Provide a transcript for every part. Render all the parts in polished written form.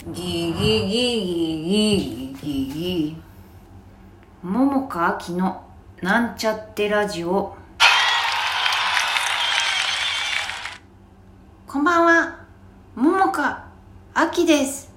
ギギギギギギギ桃香秋のなんちゃってラジオ。こんばんは、桃香秋です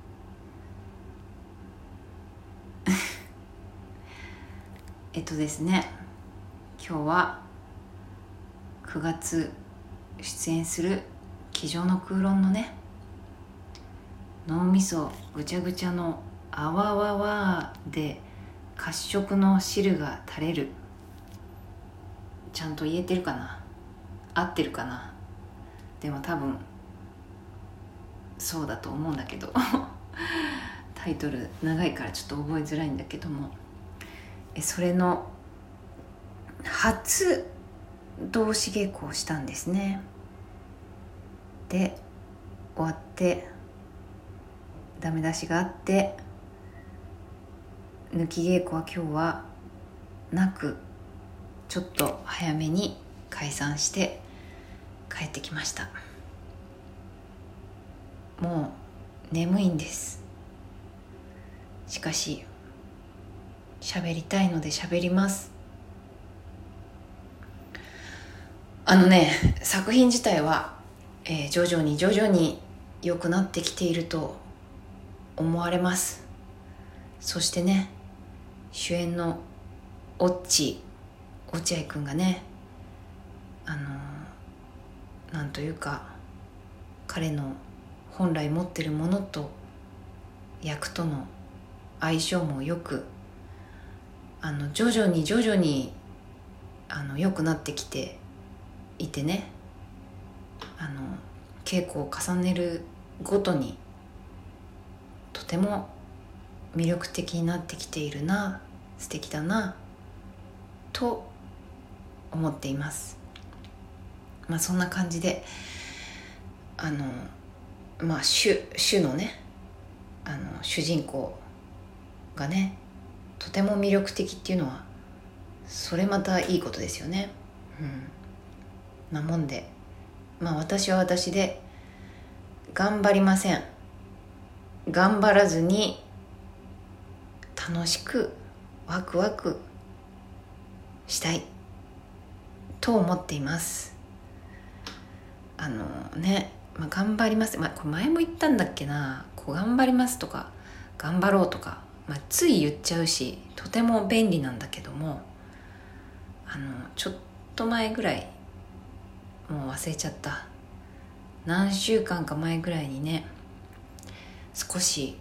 ですね、今日は9月出演する机上の空論のね、脳みそぐちゃぐちゃのあわわわで褐色の汁が垂れる、ちゃんと言えてるかな、合ってるかな、でも多分そうだと思うんだけどタイトル長いからちょっと覚えづらいんだけども、それの初同士稽古をしたんですね。で終わってダメ出しがあって、抜き稽古は今日はなく、ちょっと早めに解散して帰ってきました。もう眠いんです。しかし喋りたいので喋ります。作品自体は、徐々に良くなってきていると思われます。そしてね、主演の落合くんがね、なんというか、彼の本来持ってるものと役との相性もよく、徐々に良くなってきていてね、稽古を重ねるごとにとても魅力的になってきているな、素敵だなと思っています。そんな感じで主のね、主人公がね、とても魅力的っていうのは、それまたいいことですよね。なもんで、私は私で頑張りません。頑張らずに楽しくワクワクしたいと思っています。頑張ります、これ前も言ったんだっけな、頑張りますとか頑張ろうとか、つい言っちゃうし、とても便利なんだけども、ちょっと前ぐらい、もう忘れちゃった、何週間か前ぐらいにね、少し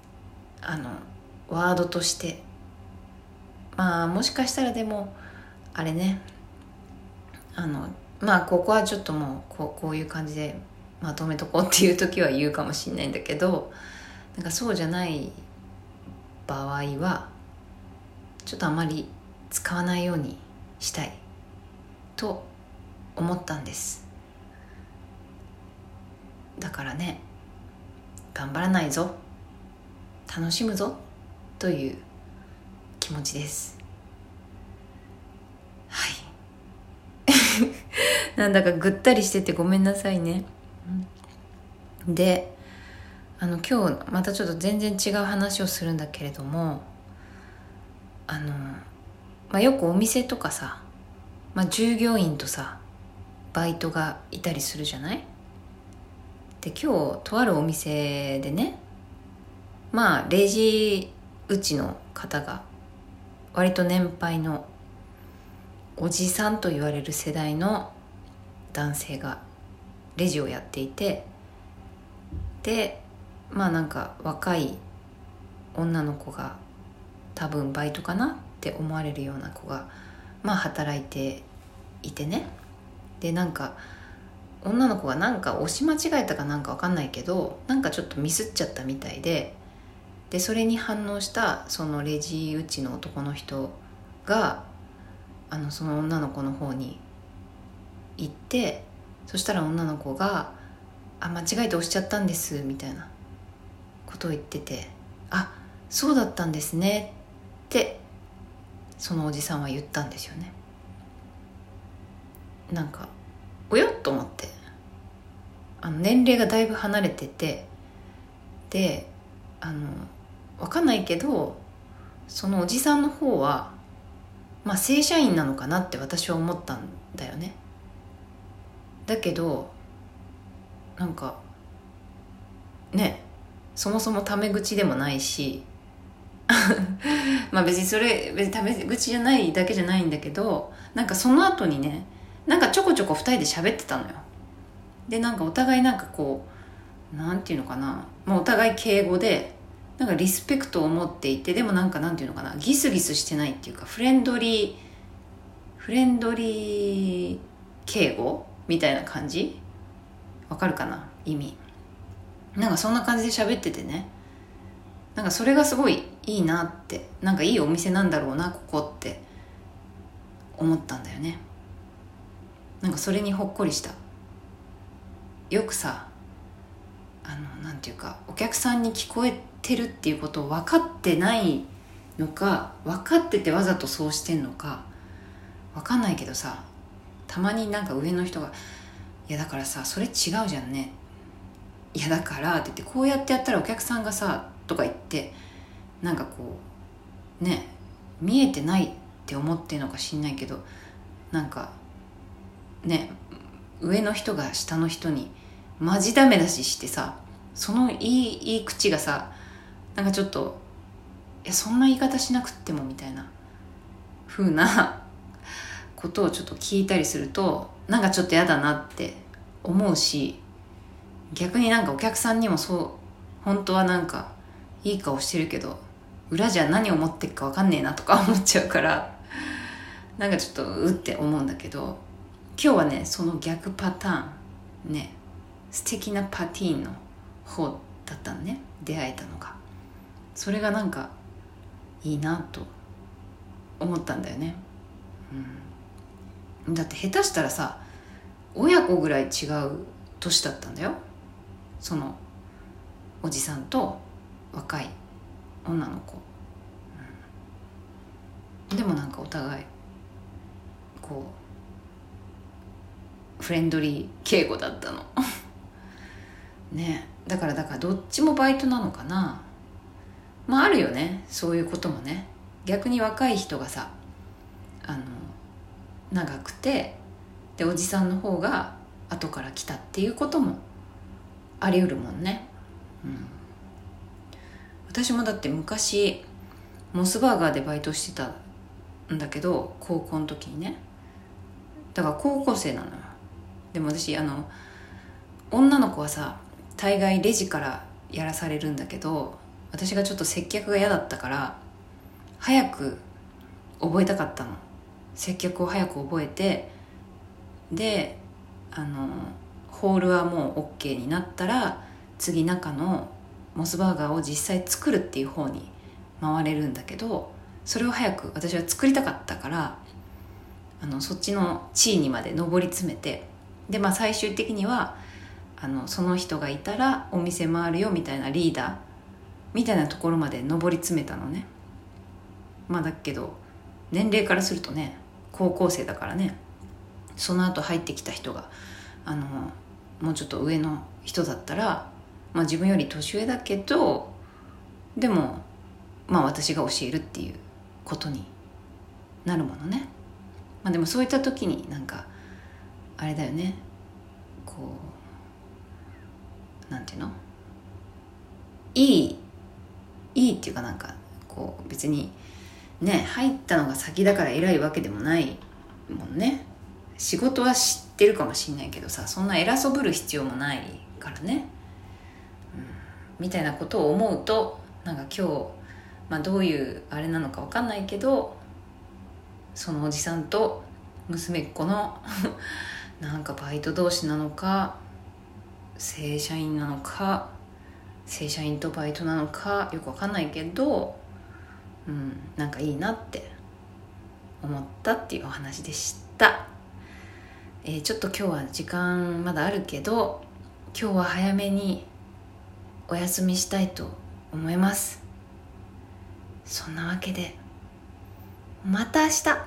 ワードとして、もしかしたらでもあれね、ここはちょっともうこういう感じでまとめとこうっていう時は言うかもしれないんだけど、そうじゃない場合はちょっとあまり使わないようにしたいと思ったんです。だからね、頑張らないぞ、楽しむぞという気持ちです。はいなんだかぐったりしててごめんなさいね。で、今日またちょっと全然違う話をするんだけれども、よくお店とかさ、従業員とさバイトがいたりするじゃない。で、今日とあるお店でね、レジ打ちの方が割と年配のおじさんと言われる世代の男性がレジをやっていて、で若い女の子が、多分バイトかなって思われるような子が働いていてね。で、女の子が押し間違えたか分かんないけど、ちょっとミスっちゃったみたいで、それに反応したそのレジ打ちの男の人がその女の子の方に行って、そしたら女の子が間違えて押しちゃったんですみたいなことを言ってて、そうだったんですねってそのおじさんは言ったんですよね。およっと思って、年齢がだいぶ離れてて、 で分かんないけど、そのおじさんの方は正社員なのかなって私は思ったんだよね。だけどなんかね、そもそもタメ口でもないし別にそれ別にタメ口じゃないだけじゃないんだけど、なんかその後にね、なんかちょこちょこ2人で喋ってたのよ。でなんかお互いなんかこうなんていうのかな、お互い敬語でなんかリスペクトを持っていて、でもなんかなんていうのかな、ギスギスしてないっていうか、フレンドリー敬語みたいな感じ、わかるかな意味。なんかそんな感じで喋っててね、なんかそれがすごいいいなって、なんかいいお店なんだろうなここって思ったんだよね。なんかそれにほっこりした。よくさ、なんていうか、お客さんに聞こえてるっていうことを分かってないのか、分かっててわざとそうしてんのか分かんないけどさ、たまになんか上の人がいやだからさそれ違うじゃんね、いやだからって言って、こうやってやったらお客さんがさとか言って、なんかこうね、見えてないって思ってるのか知んないけど、なんかね、上の人が下の人にマジダメ出ししてさ、そのいい口がさ、なんかちょっといやそんな言い方しなくってもみたいな風なことをちょっと聞いたりすると、なんかちょっとやだなって思うし、逆になんかお客さんにもそう本当はなんかいい顔してるけど裏じゃ何を持ってっか分かんねえなとか思っちゃうから、なんかちょっとうって思うんだけど、今日はねその逆パターンね、素敵なパティーンの方だったのね、出会えたのが。それがなんかいいなと思ったんだよね、だって下手したらさ親子ぐらい違う年だったんだよ、そのおじさんと若い女の子、でもなんかお互いこうフレンドリー敬語だったのね。だからどっちもバイトなのかな。あるよね、そういうこともね。逆に若い人がさ長くて、でおじさんの方が後から来たっていうこともあり得るもんね、私もだって昔モスバーガーでバイトしてたんだけど、高校の時にね、だから高校生なのよ。でも私女の子はさ大概レジからやらされるんだけど、私がちょっと接客が嫌だったから早く覚えたかったの。接客を早く覚えて、でホールはもう OK になったら次中のモスバーガーを実際作るっていう方に回れるんだけど、それを早く私は作りたかったから、そっちの地位にまで上り詰めて、で最終的にはその人がいたらお店回るよみたいなリーダーみたいなところまで上り詰めたのね。だけど年齢からするとね高校生だからね、その後入ってきた人がもうちょっと上の人だったら、自分より年上だけどでも私が教えるっていうことになるものね。でもそういった時になんかあれだよね、こうなんていうの、いいっていうか、なんかこう別にね入ったのが先だから偉いわけでもないもんね。仕事は知ってるかもしんないけどさ、そんな偉そぶる必要もないからね、みたいなことを思うと、なんか今日、どういうあれなのか分かんないけど、そのおじさんと娘っ子のなんかバイト同士なのか正社員なのか正社員とバイトなのかよく分かんないけど、なんかいいなって思ったっていうお話でした。ちょっと今日は時間まだあるけど、今日は早めにお休みしたいと思います。そんなわけでまた明日。